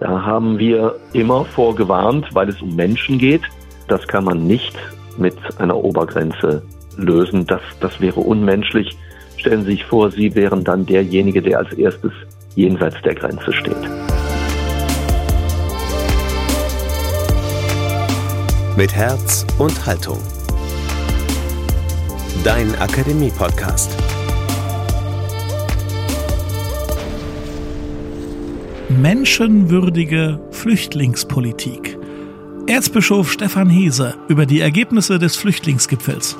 Da haben wir immer vorgewarnt, weil es um Menschen geht. Das kann man nicht mit einer Obergrenze lösen. Das wäre unmenschlich. Stellen Sie sich vor, Sie wären dann derjenige, der als erstes jenseits der Grenze steht. Mit Herz und Haltung. Dein Akademie-Podcast. Menschenwürdige Flüchtlingspolitik. Erzbischof Stefan Heese über die Ergebnisse des Flüchtlingsgipfels.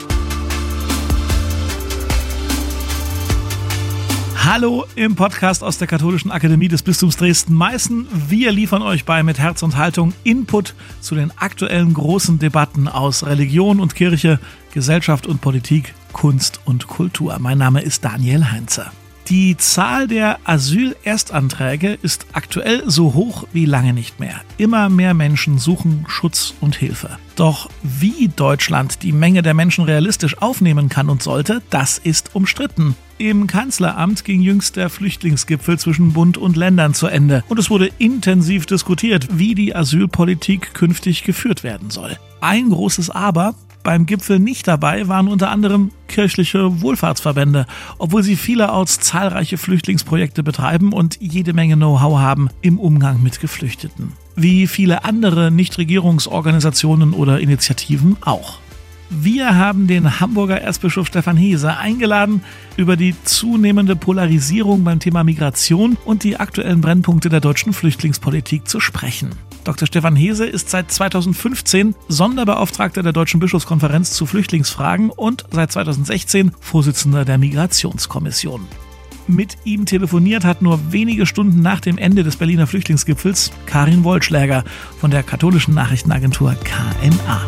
Hallo im Podcast aus der Katholischen Akademie des Bistums Dresden-Meißen. Wir liefern euch bei Mit Herz und Haltung Input zu den aktuellen großen Debatten aus Religion und Kirche, Gesellschaft und Politik, Kunst und Kultur. Mein Name ist Daniel Heinze. Die Zahl der Asylerstanträge ist aktuell so hoch wie lange nicht mehr. Immer mehr Menschen suchen Schutz und Hilfe. Doch wie Deutschland die Menge der Menschen realistisch aufnehmen kann und sollte, das ist umstritten. Im Kanzleramt ging jüngst der Flüchtlingsgipfel zwischen Bund und Ländern zu Ende. Und es wurde intensiv diskutiert, wie die Asylpolitik künftig geführt werden soll. Ein großes Aber: beim Gipfel nicht dabei waren unter anderem kirchliche Wohlfahrtsverbände, obwohl sie vielerorts zahlreiche Flüchtlingsprojekte betreiben und jede Menge Know-how haben im Umgang mit Geflüchteten. Wie viele andere Nichtregierungsorganisationen oder Initiativen auch. Wir haben den Hamburger Erzbischof Stefan Heese eingeladen, über die zunehmende Polarisierung beim Thema Migration und die aktuellen Brennpunkte der deutschen Flüchtlingspolitik zu sprechen. Dr. Stefan Heese ist seit 2015 Sonderbeauftragter der Deutschen Bischofskonferenz zu Flüchtlingsfragen und seit 2016 Vorsitzender der Migrationskommission. Mit ihm telefoniert hat nur wenige Stunden nach dem Ende des Berliner Flüchtlingsgipfels Karin Wollschläger von der katholischen Nachrichtenagentur KNA.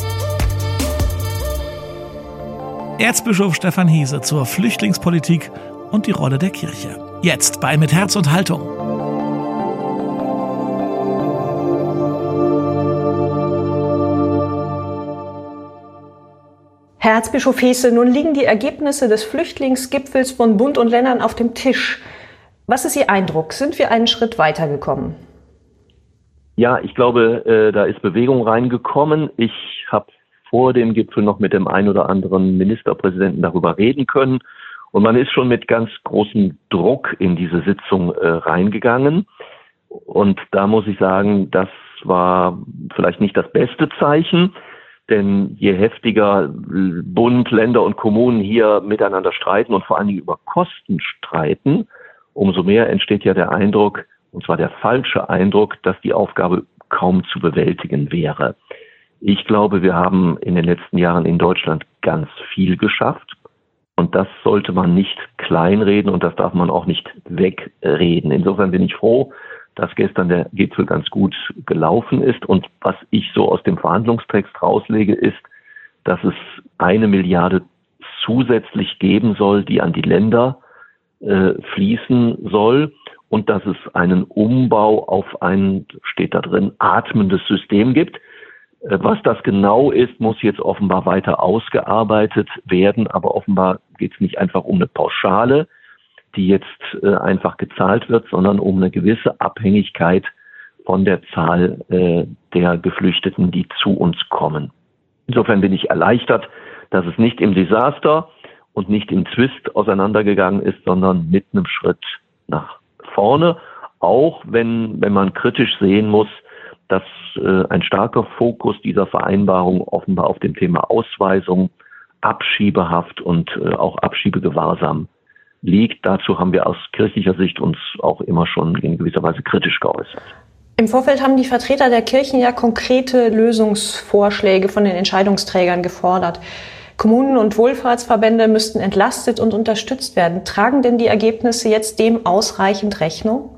Erzbischof Stefan Heese zur Flüchtlingspolitik und die Rolle der Kirche. Jetzt bei Mit Herz und Haltung. Herr Erzbischof Heese, nun liegen die Ergebnisse des Flüchtlingsgipfels von Bund und Ländern auf dem Tisch. Was ist Ihr Eindruck? Sind wir einen Schritt weitergekommen? Ja, ich glaube, da ist Bewegung reingekommen. Ich habe vor dem Gipfel noch mit dem einen oder anderen Ministerpräsidenten darüber reden können. Und man ist schon mit ganz großem Druck in diese Sitzung reingegangen. Und da muss ich sagen, das war vielleicht nicht das beste Zeichen. Denn je heftiger Bund, Länder und Kommunen hier miteinander streiten und vor allen Dingen über Kosten streiten, umso mehr entsteht ja der Eindruck, und zwar der falsche Eindruck, dass die Aufgabe kaum zu bewältigen wäre. Ich glaube, wir haben in den letzten Jahren in Deutschland ganz viel geschafft. Und das sollte man nicht kleinreden und das darf man auch nicht wegreden. Insofern bin ich froh, dass gestern der Gipfel ganz gut gelaufen ist. Und was ich so aus dem Verhandlungstext rauslege, ist, dass es 1 Milliarde zusätzlich geben soll, die an die Länder fließen soll. Und dass es einen Umbau auf ein, steht da drin, atmendes System gibt. Was das genau ist, muss jetzt offenbar weiter ausgearbeitet werden. Aber offenbar geht es nicht einfach um eine Pauschale, die jetzt einfach gezahlt wird, sondern um eine gewisse Abhängigkeit von der Zahl der Geflüchteten, die zu uns kommen. Insofern bin ich erleichtert, dass es nicht im Desaster und nicht im Zwist auseinandergegangen ist, sondern mit einem Schritt nach vorne. Auch wenn man kritisch sehen muss, dass ein starker Fokus dieser Vereinbarung offenbar auf dem Thema Ausweisung, Abschiebehaft und auch Abschiebegewahrsam liegt. Dazu haben wir aus kirchlicher Sicht uns auch immer schon in gewisser Weise kritisch geäußert. Im Vorfeld haben die Vertreter der Kirchen ja konkrete Lösungsvorschläge von den Entscheidungsträgern gefordert. Kommunen und Wohlfahrtsverbände müssten entlastet und unterstützt werden. Tragen denn die Ergebnisse jetzt dem ausreichend Rechnung?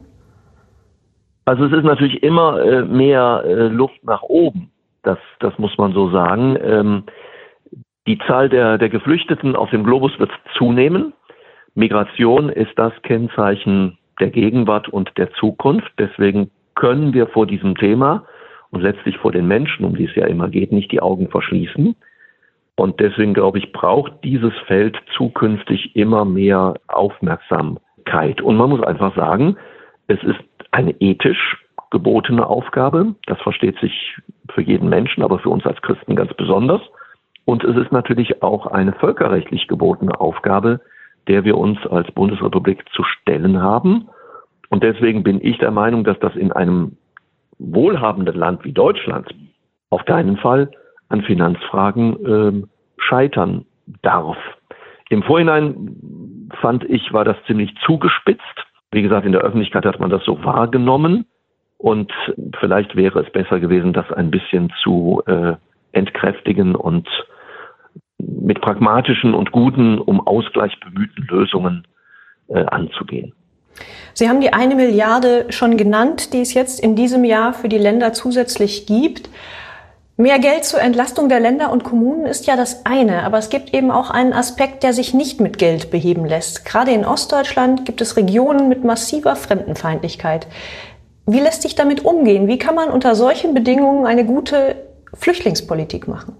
Also es ist natürlich immer mehr Luft nach oben. Das muss man so sagen. Die Zahl der Geflüchteten auf dem Globus wird zunehmen. Migration ist das Kennzeichen der Gegenwart und der Zukunft. Deswegen können wir vor diesem Thema und letztlich vor den Menschen, um die es ja immer geht, nicht die Augen verschließen. Und deswegen, glaube ich, braucht dieses Feld zukünftig immer mehr Aufmerksamkeit. Und man muss einfach sagen, es ist eine ethisch gebotene Aufgabe. Das versteht sich für jeden Menschen, aber für uns als Christen ganz besonders. Und es ist natürlich auch eine völkerrechtlich gebotene Aufgabe, der wir uns als Bundesrepublik zu stellen haben. Und deswegen bin ich der Meinung, dass das in einem wohlhabenden Land wie Deutschland auf keinen Fall an Finanzfragen scheitern darf. Im Vorhinein fand ich, war das ziemlich zugespitzt. Wie gesagt, in der Öffentlichkeit hat man das so wahrgenommen. Und vielleicht wäre es besser gewesen, das ein bisschen zu entkräftigen und mit pragmatischen und guten, um Ausgleich bemühten Lösungen anzugehen. Sie haben die 1 Milliarde schon genannt, die es jetzt in diesem Jahr für die Länder zusätzlich gibt. Mehr Geld zur Entlastung der Länder und Kommunen ist ja das eine, aber es gibt eben auch einen Aspekt, der sich nicht mit Geld beheben lässt. Gerade in Ostdeutschland gibt es Regionen mit massiver Fremdenfeindlichkeit. Wie lässt sich damit umgehen? Wie kann man unter solchen Bedingungen eine gute Flüchtlingspolitik machen?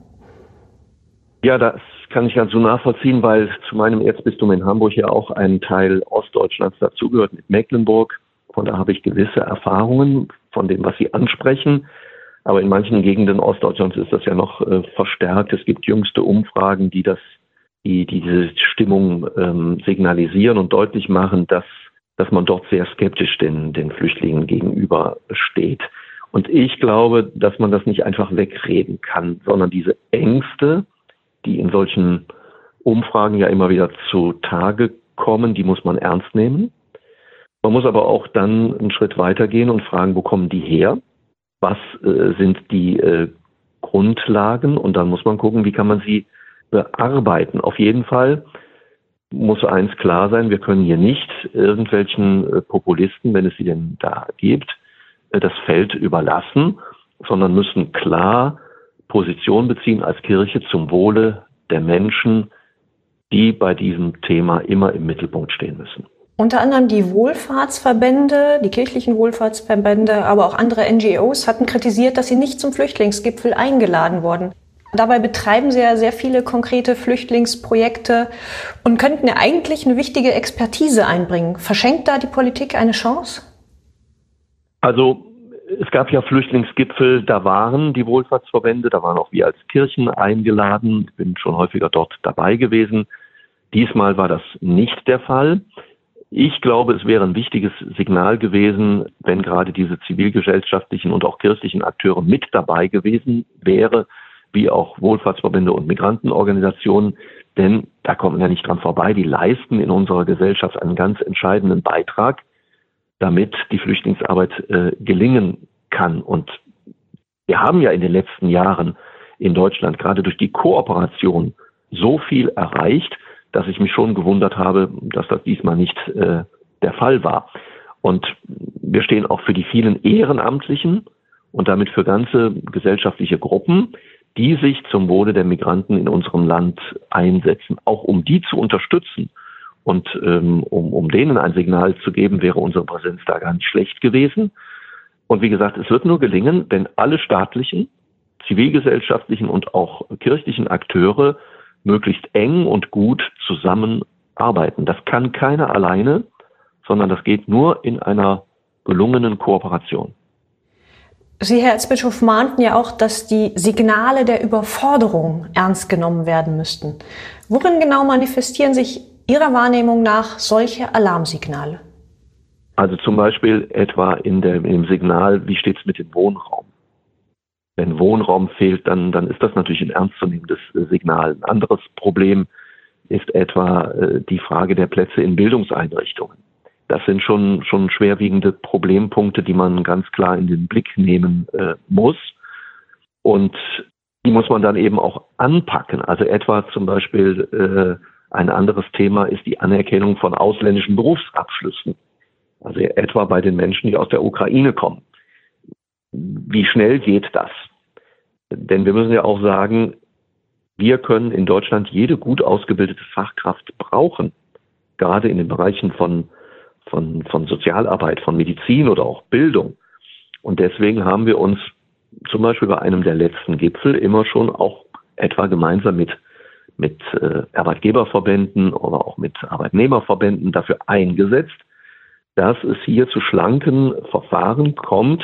Ja, das kann ich ganz so nachvollziehen, weil zu meinem Erzbistum in Hamburg ja auch ein Teil Ostdeutschlands dazugehört mit Mecklenburg. Von da habe ich gewisse Erfahrungen von dem, was Sie ansprechen. Aber in manchen Gegenden Ostdeutschlands ist das ja noch verstärkt. Es gibt jüngste Umfragen, die diese Stimmung signalisieren und deutlich machen, dass man dort sehr skeptisch den Flüchtlingen gegenüber steht. Und ich glaube, dass man das nicht einfach wegreden kann, sondern diese Ängste, die in solchen Umfragen ja immer wieder zutage kommen, die muss man ernst nehmen. Man muss aber auch dann einen Schritt weitergehen und fragen, wo kommen die her? Was sind die Grundlagen? Und dann muss man gucken, wie kann man sie bearbeiten. Auf jeden Fall muss eins klar sein, wir können hier nicht irgendwelchen Populisten, wenn es sie denn da gibt, das Feld überlassen, sondern müssen klar Position beziehen als Kirche zum Wohle der Menschen, die bei diesem Thema immer im Mittelpunkt stehen müssen. Unter anderem die Wohlfahrtsverbände, die kirchlichen Wohlfahrtsverbände, aber auch andere NGOs hatten kritisiert, dass sie nicht zum Flüchtlingsgipfel eingeladen wurden. Dabei betreiben sie ja sehr viele konkrete Flüchtlingsprojekte und könnten ja eigentlich eine wichtige Expertise einbringen. Verschenkt da die Politik eine Chance? Also es gab ja Flüchtlingsgipfel, da waren die Wohlfahrtsverbände, da waren auch wir als Kirchen eingeladen. Ich bin schon häufiger dort dabei gewesen. Diesmal war das nicht der Fall. Ich glaube, es wäre ein wichtiges Signal gewesen, wenn gerade diese zivilgesellschaftlichen und auch kirchlichen Akteure mit dabei gewesen wäre, wie auch Wohlfahrtsverbände und Migrantenorganisationen. Denn da kommt man ja nicht dran vorbei. Die leisten in unserer Gesellschaft einen ganz entscheidenden Beitrag, damit die Flüchtlingsarbeit gelingen kann. Und wir haben ja in den letzten Jahren in Deutschland gerade durch die Kooperation so viel erreicht, dass ich mich schon gewundert habe, dass das diesmal nicht der Fall war. Und wir stehen auch für die vielen Ehrenamtlichen und damit für ganze gesellschaftliche Gruppen, die sich zum Wohle der Migranten in unserem Land einsetzen. Auch um die zu unterstützen und um denen ein Signal zu geben, wäre unsere Präsenz da gar nicht schlecht gewesen. Und wie gesagt, es wird nur gelingen, wenn alle staatlichen, zivilgesellschaftlichen und auch kirchlichen Akteure möglichst eng und gut zusammenarbeiten. Das kann keiner alleine, sondern das geht nur in einer gelungenen Kooperation. Sie, Herr Erzbischof, mahnten ja auch, dass die Signale der Überforderung ernst genommen werden müssten. Worin genau manifestieren sich Ihrer Wahrnehmung nach solche Alarmsignale? Also zum Beispiel etwa in dem Signal, wie steht es mit dem Wohnraum? Wenn Wohnraum fehlt, dann ist das natürlich ein ernstzunehmendes Signal. Ein anderes Problem ist etwa die Frage der Plätze in Bildungseinrichtungen. Das sind schon schwerwiegende Problempunkte, die man ganz klar in den Blick nehmen muss. Und die muss man dann eben auch anpacken. Also etwa zum Beispiel ein anderes Thema ist die Anerkennung von ausländischen Berufsabschlüssen. Also etwa bei den Menschen, die aus der Ukraine kommen. Wie schnell geht das? Denn wir müssen ja auch sagen, wir können in Deutschland jede gut ausgebildete Fachkraft brauchen. Gerade in den Bereichen von Sozialarbeit, von Medizin oder auch Bildung. Und deswegen haben wir uns zum Beispiel bei einem der letzten Gipfel immer schon auch etwa gemeinsam mit Arbeitgeberverbänden oder auch mit Arbeitnehmerverbänden dafür eingesetzt, dass es hier zu schlanken Verfahren kommt,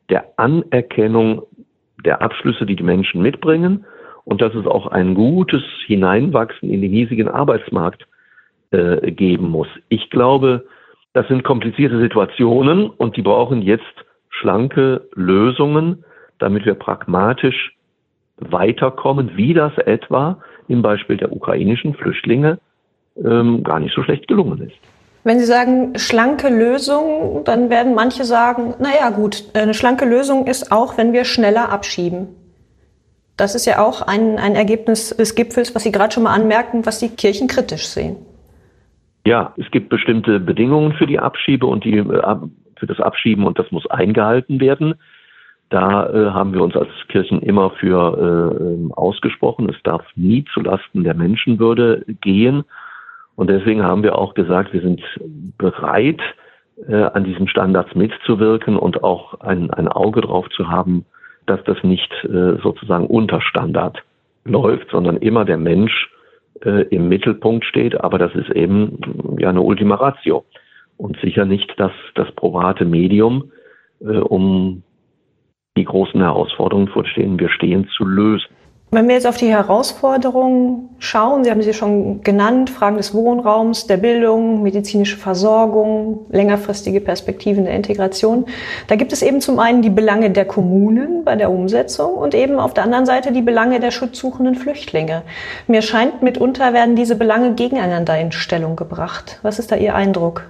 der Anerkennung der Abschlüsse, die die Menschen mitbringen, und dass es auch ein gutes Hineinwachsen in den hiesigen Arbeitsmarkt geben muss. Ich glaube, das sind komplizierte Situationen und die brauchen jetzt schlanke Lösungen, damit wir pragmatisch weiterkommen, wie das etwa im Beispiel der ukrainischen Flüchtlinge gar nicht so schlecht gelungen ist. Wenn Sie sagen schlanke Lösung, dann werden manche sagen, naja gut, eine schlanke Lösung ist auch, wenn wir schneller abschieben. Das ist ja auch ein Ergebnis des Gipfels, was Sie gerade schon mal anmerken, was die Kirchen kritisch sehen. Ja, es gibt bestimmte Bedingungen für die Abschiebe und für das Abschieben, und das muss eingehalten werden. Da haben wir uns als Kirchen immer für ausgesprochen. Es darf nie zulasten der Menschenwürde gehen. Und deswegen haben wir auch gesagt, wir sind bereit, an diesen Standards mitzuwirken und auch ein Auge drauf zu haben, dass das nicht sozusagen unter Standard läuft, sondern immer der Mensch im Mittelpunkt steht. Aber das ist eben ja eine Ultima Ratio und sicher nicht das probate Medium, um die großen Herausforderungen, vor denen wir stehen, zu lösen. Wenn wir jetzt auf die Herausforderungen schauen, Sie haben sie schon genannt, Fragen des Wohnraums, der Bildung, medizinische Versorgung, längerfristige Perspektiven der Integration, da gibt es eben zum einen die Belange der Kommunen bei der Umsetzung und eben auf der anderen Seite die Belange der schutzsuchenden Flüchtlinge. Mir scheint, mitunter werden diese Belange gegeneinander in Stellung gebracht. Was ist da Ihr Eindruck?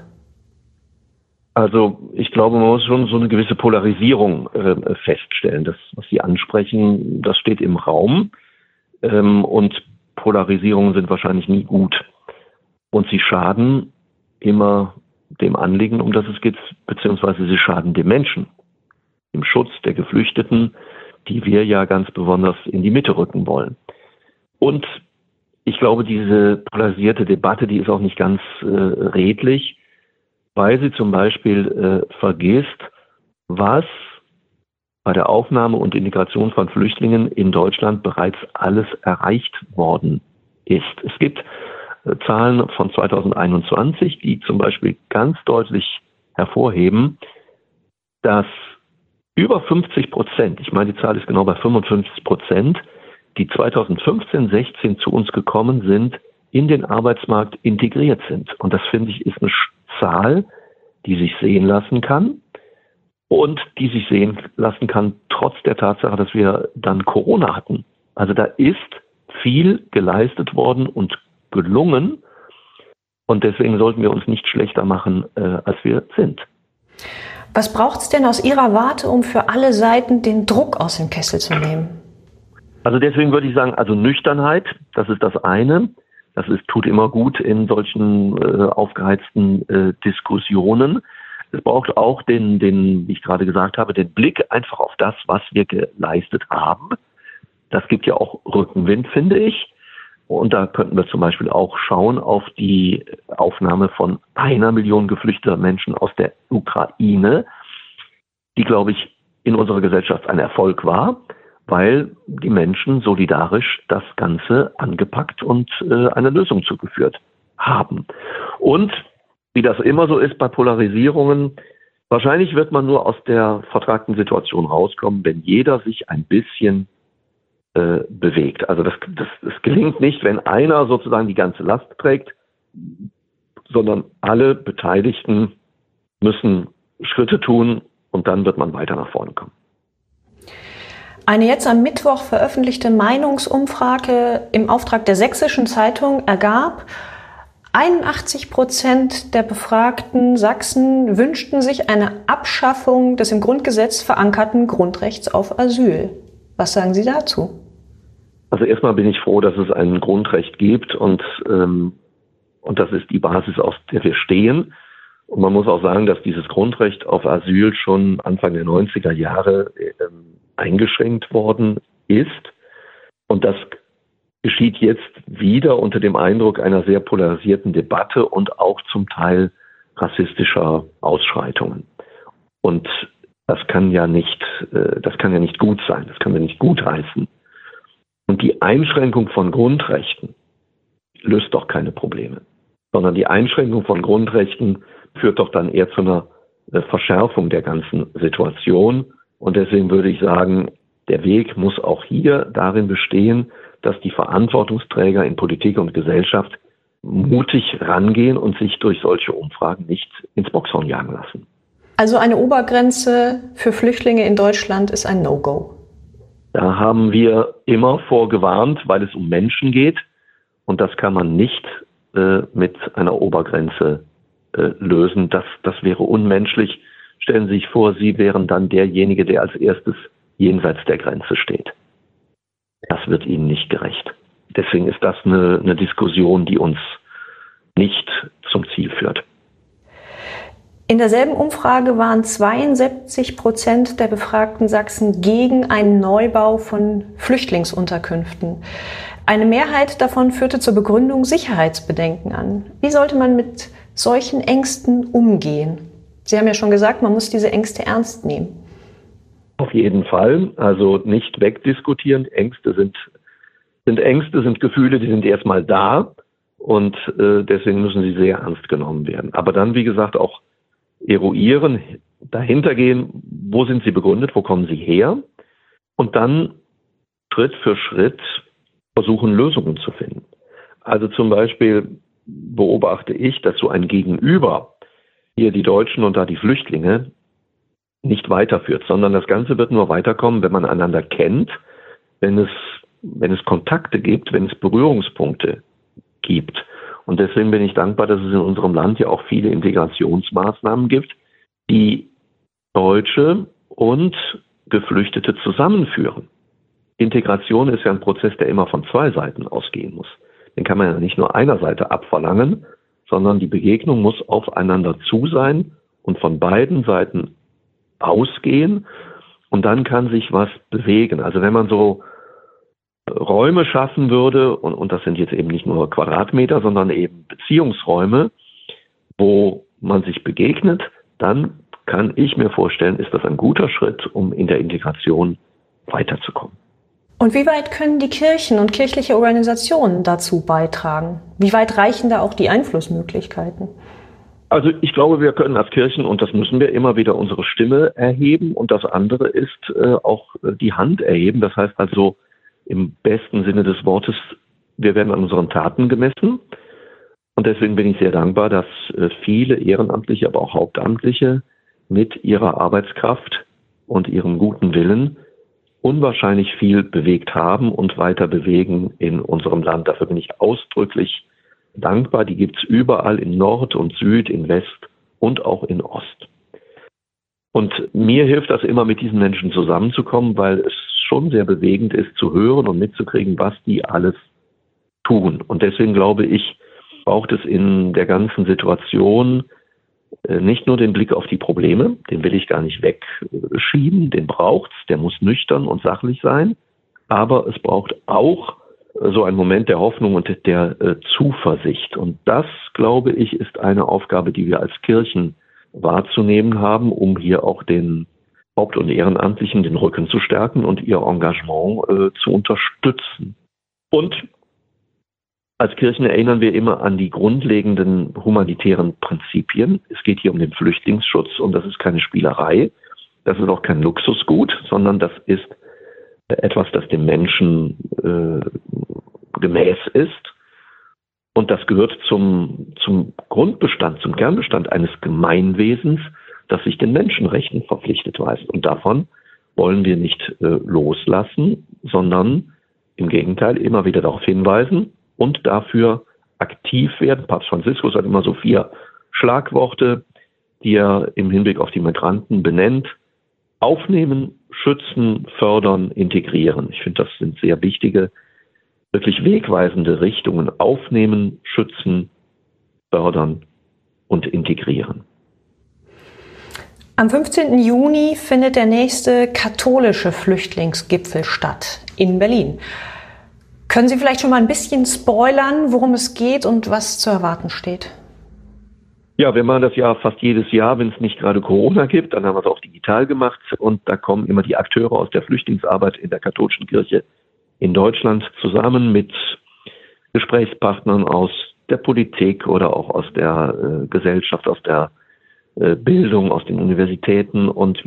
Also ich glaube, man muss schon so eine gewisse Polarisierung feststellen. Das, was Sie ansprechen, das steht im Raum. Und Polarisierungen sind wahrscheinlich nie gut. Und sie schaden immer dem Anliegen, um das es geht, beziehungsweise sie schaden dem Menschen, im Schutz der Geflüchteten, die wir ja ganz besonders in die Mitte rücken wollen. Und ich glaube, diese polarisierte Debatte, die ist auch nicht ganz redlich, weil sie zum Beispiel vergisst, was bei der Aufnahme und Integration von Flüchtlingen in Deutschland bereits alles erreicht worden ist. Es gibt Zahlen von 2021, die zum Beispiel ganz deutlich hervorheben, dass über 50%, ich meine, die Zahl ist genau bei 55%, die 2015-16 zu uns gekommen sind, in den Arbeitsmarkt integriert sind. Und das, finde ich, ist eine Zahl, die sich sehen lassen kann und die sich sehen lassen kann, trotz der Tatsache, dass wir dann Corona hatten. Also da ist viel geleistet worden und gelungen und deswegen sollten wir uns nicht schlechter machen, als wir sind. Was braucht es denn aus Ihrer Warte, um für alle Seiten den Druck aus dem Kessel zu nehmen? Also deswegen würde ich sagen, also Nüchternheit, das ist das eine. Das tut immer gut in solchen aufgeheizten Diskussionen. Es braucht auch den, wie ich gerade gesagt habe, den Blick einfach auf das, was wir geleistet haben. Das gibt ja auch Rückenwind, finde ich. Und da könnten wir zum Beispiel auch schauen auf die Aufnahme von 1 Million geflüchteter Menschen aus der Ukraine, die, glaube ich, in unserer Gesellschaft ein Erfolg war, weil die Menschen solidarisch das Ganze angepackt und eine Lösung zugeführt haben. Und wie das immer so ist bei Polarisierungen, wahrscheinlich wird man nur aus der vertragten Situation rauskommen, wenn jeder sich ein bisschen bewegt. Also das gelingt nicht, wenn einer sozusagen die ganze Last trägt, sondern alle Beteiligten müssen Schritte tun und dann wird man weiter nach vorne kommen. Eine jetzt am Mittwoch veröffentlichte Meinungsumfrage im Auftrag der Sächsischen Zeitung ergab, 81% der befragten Sachsen wünschten sich eine Abschaffung des im Grundgesetz verankerten Grundrechts auf Asyl. Was sagen Sie dazu? Also erstmal bin ich froh, dass es ein Grundrecht gibt und das ist die Basis, auf der wir stehen. Und man muss auch sagen, dass dieses Grundrecht auf Asyl schon Anfang der 90er Jahre eingeschränkt worden ist. Und das geschieht jetzt wieder unter dem Eindruck einer sehr polarisierten Debatte und auch zum Teil rassistischer Ausschreitungen. Und das kann ja nicht gut sein, das kann wir nicht gutheißen. Und die Einschränkung von Grundrechten löst doch keine Probleme, sondern die Einschränkung von Grundrechten führt doch dann eher zu einer Verschärfung der ganzen Situation. Und deswegen würde ich sagen, der Weg muss auch hier darin bestehen, dass die Verantwortungsträger in Politik und Gesellschaft mutig rangehen und sich durch solche Umfragen nicht ins Boxhorn jagen lassen. Also eine Obergrenze für Flüchtlinge in Deutschland ist ein No-Go. Da haben wir immer vorgewarnt, weil es um Menschen geht. Und das kann man nicht mit einer Obergrenze lösen. Das wäre unmenschlich. Stellen Sie sich vor, Sie wären dann derjenige, der als erstes jenseits der Grenze steht. Das wird Ihnen nicht gerecht. Deswegen ist das eine Diskussion, die uns nicht zum Ziel führt. In derselben Umfrage waren 72% der befragten Sachsen gegen einen Neubau von Flüchtlingsunterkünften. Eine Mehrheit davon führte zur Begründung Sicherheitsbedenken an. Wie sollte man mit solchen Ängsten umgehen? Sie haben ja schon gesagt, man muss diese Ängste ernst nehmen. Auf jeden Fall. Also nicht wegdiskutieren. Ängste sind Gefühle, die sind erstmal da. Und deswegen müssen sie sehr ernst genommen werden. Aber dann, wie gesagt, auch eruieren, dahinter gehen, wo sind sie begründet, wo kommen sie her? Und dann Schritt für Schritt versuchen, Lösungen zu finden. Also zum Beispiel beobachte ich, dass so ein Gegenüber, hier die Deutschen und da die Flüchtlinge, nicht weiterführt, sondern das Ganze wird nur weiterkommen, wenn man einander kennt, wenn es Kontakte gibt, wenn es Berührungspunkte gibt. Und deswegen bin ich dankbar, dass es in unserem Land ja auch viele Integrationsmaßnahmen gibt, die Deutsche und Geflüchtete zusammenführen. Integration ist ja ein Prozess, der immer von zwei Seiten ausgehen muss. Den kann man ja nicht nur einer Seite abverlangen, sondern die Begegnung muss aufeinander zu sein und von beiden Seiten ausgehen. Und dann kann sich was bewegen. Also wenn man so Räume schaffen würde, und das sind jetzt eben nicht nur Quadratmeter, sondern eben Beziehungsräume, wo man sich begegnet, dann kann ich mir vorstellen, ist das ein guter Schritt, um in der Integration weiterzukommen. Und wie weit können die Kirchen und kirchliche Organisationen dazu beitragen? Wie weit reichen da auch die Einflussmöglichkeiten? Also ich glaube, wir können als Kirchen, und das müssen wir, immer wieder unsere Stimme erheben. Und das andere ist auch die Hand erheben. Das heißt also im besten Sinne des Wortes, wir werden an unseren Taten gemessen. Und deswegen bin ich sehr dankbar, dass viele Ehrenamtliche, aber auch Hauptamtliche mit ihrer Arbeitskraft und ihrem guten Willen unwahrscheinlich viel bewegt haben und weiter bewegen in unserem Land. Dafür bin ich ausdrücklich dankbar. Die gibt's überall in Nord und Süd, in West und auch in Ost. Und mir hilft das immer, mit diesen Menschen zusammenzukommen, weil es schon sehr bewegend ist, zu hören und mitzukriegen, was die alles tun. Und deswegen glaube ich, braucht es in der ganzen Situation nicht nur den Blick auf die Probleme, den will ich gar nicht wegschieben, den braucht's, der muss nüchtern und sachlich sein, aber es braucht auch so einen Moment der Hoffnung und der Zuversicht. Und das, glaube ich, ist eine Aufgabe, die wir als Kirchen wahrzunehmen haben, um hier auch den Haupt- und Ehrenamtlichen den Rücken zu stärken und ihr Engagement zu unterstützen. Und als Kirchen erinnern wir immer an die grundlegenden humanitären Prinzipien. Es geht hier um den Flüchtlingsschutz und das ist keine Spielerei. Das ist auch kein Luxusgut, sondern das ist etwas, das dem Menschen gemäß ist. Und das gehört zum Grundbestand, zum Kernbestand eines Gemeinwesens, das sich den Menschenrechten verpflichtet weiß. Und davon wollen wir nicht loslassen, sondern im Gegenteil immer wieder darauf hinweisen und dafür aktiv werden. Papst Franziskus hat immer so 4 Schlagworte, die er im Hinblick auf die Migranten benennt. Aufnehmen, schützen, fördern, integrieren. Ich finde, das sind sehr wichtige, wirklich wegweisende Richtungen. Aufnehmen, schützen, fördern und integrieren. Am 15. Juni findet der nächste katholische Flüchtlingsgipfel statt in Berlin. Können Sie vielleicht schon mal ein bisschen spoilern, worum es geht und was zu erwarten steht? Ja, wir machen das ja fast jedes Jahr, wenn es nicht gerade Corona gibt. Dann haben wir es auch digital gemacht. Und da kommen immer die Akteure aus der Flüchtlingsarbeit in der katholischen Kirche in Deutschland zusammen mit Gesprächspartnern aus der Politik oder auch aus der Gesellschaft, aus der Bildung, aus den Universitäten. Und wir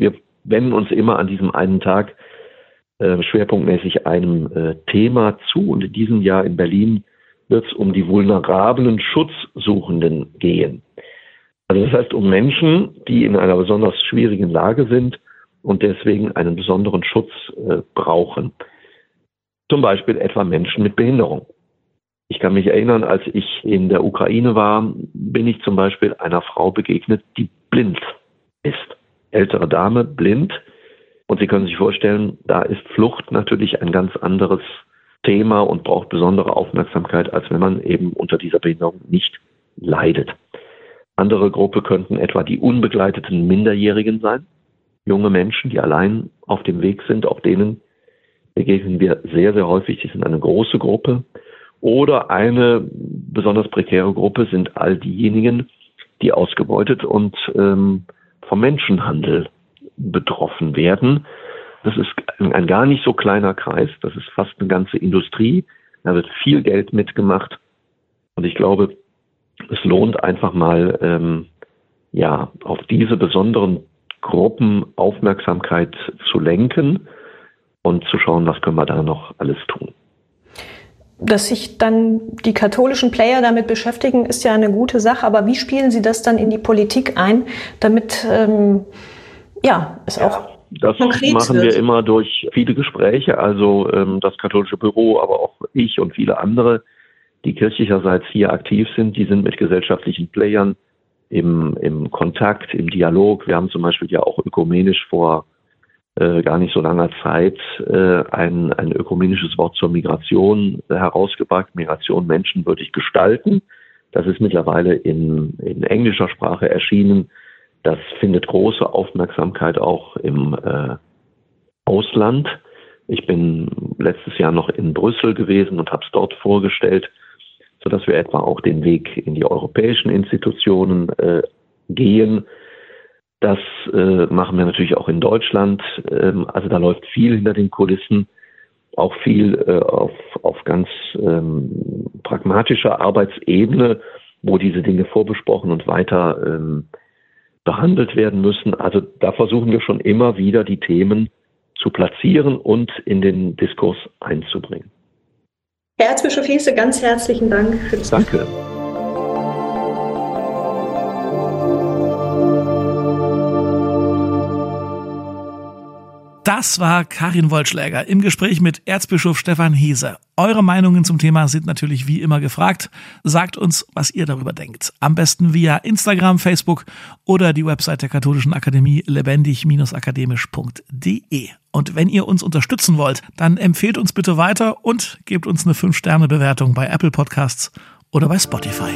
wenden uns immer an diesem einen Tag schwerpunktmäßig einem Thema zu. Und in diesem Jahr in Berlin wird es um die vulnerablen Schutzsuchenden gehen. Also das heißt um Menschen, die in einer besonders schwierigen Lage sind und deswegen einen besonderen Schutz brauchen. Zum Beispiel etwa Menschen mit Behinderung. Ich kann mich erinnern, als ich in der Ukraine war, bin ich zum Beispiel einer Frau begegnet, die blind ist. Ältere Dame, blind. Und Sie können sich vorstellen, da ist Flucht natürlich ein ganz anderes Thema und braucht besondere Aufmerksamkeit, als wenn man eben unter dieser Behinderung nicht leidet. Andere Gruppe könnten etwa die unbegleiteten Minderjährigen sein. Junge Menschen, die allein auf dem Weg sind, auch denen begegnen wir sehr, sehr häufig. Die sind eine große Gruppe. Oder eine besonders prekäre Gruppe sind all diejenigen, die ausgebeutet und vom Menschenhandel betroffen werden. Das ist ein gar nicht so kleiner Kreis. Das ist fast eine ganze Industrie. Da wird viel Geld mitgemacht. Und ich glaube, es lohnt einfach mal, auf diese besonderen Gruppen Aufmerksamkeit zu lenken und zu schauen, was können wir da noch alles tun. Dass sich dann die katholischen Player damit beschäftigen, ist ja eine gute Sache. Aber wie spielen Sie das dann in die Politik ein, damit es auch das konkret machen wird? Wir immer durch viele Gespräche. Also das katholische Büro, aber auch ich und viele andere, die kirchlicherseits hier aktiv sind, die sind mit gesellschaftlichen Playern im Kontakt, im Dialog. Wir haben zum Beispiel ja auch ökumenisch vor gar nicht so langer Zeit ein ökumenisches Wort zur Migration herausgebracht, Migration menschenwürdig gestalten. Das ist mittlerweile in englischer Sprache erschienen. Das findet große Aufmerksamkeit auch im Ausland. Ich bin letztes Jahr noch in Brüssel gewesen und habe es dort vorgestellt, sodass wir etwa auch den Weg in die europäischen Institutionen gehen. Das machen wir natürlich auch in Deutschland. Also da läuft viel hinter den Kulissen, auch viel auf ganz pragmatischer Arbeitsebene, wo diese Dinge vorbesprochen und weiter behandelt werden müssen. Also da versuchen wir schon immer wieder, die Themen zu platzieren und in den Diskurs einzubringen. Herr Erzbischof Heese, ganz herzlichen Dank für das Gespräch. Danke. Das war Karin Wollschläger im Gespräch mit Erzbischof Stefan Heese. Eure Meinungen zum Thema sind natürlich wie immer gefragt. Sagt uns, was ihr darüber denkt. Am besten via Instagram, Facebook oder die Website der Katholischen Akademie lebendig-akademisch.de. Und wenn ihr uns unterstützen wollt, dann empfehlt uns bitte weiter und gebt uns eine 5-Sterne-Bewertung bei Apple Podcasts oder bei Spotify.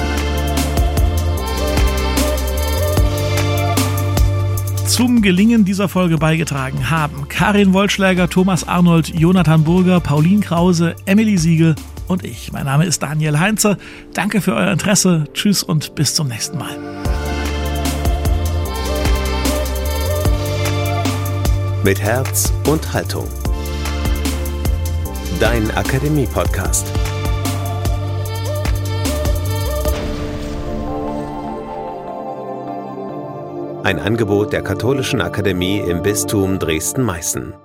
Zum Gelingen dieser Folge beigetragen haben Karin Wollschläger, Thomas Arnold, Jonathan Burger, Pauline Krause, Emily Siegel und ich. Mein Name ist Daniel Heinze. Danke für euer Interesse. Tschüss und bis zum nächsten Mal. Mit Herz und Haltung. Dein Akademie-Podcast. Ein Angebot der Katholischen Akademie im Bistum Dresden-Meißen.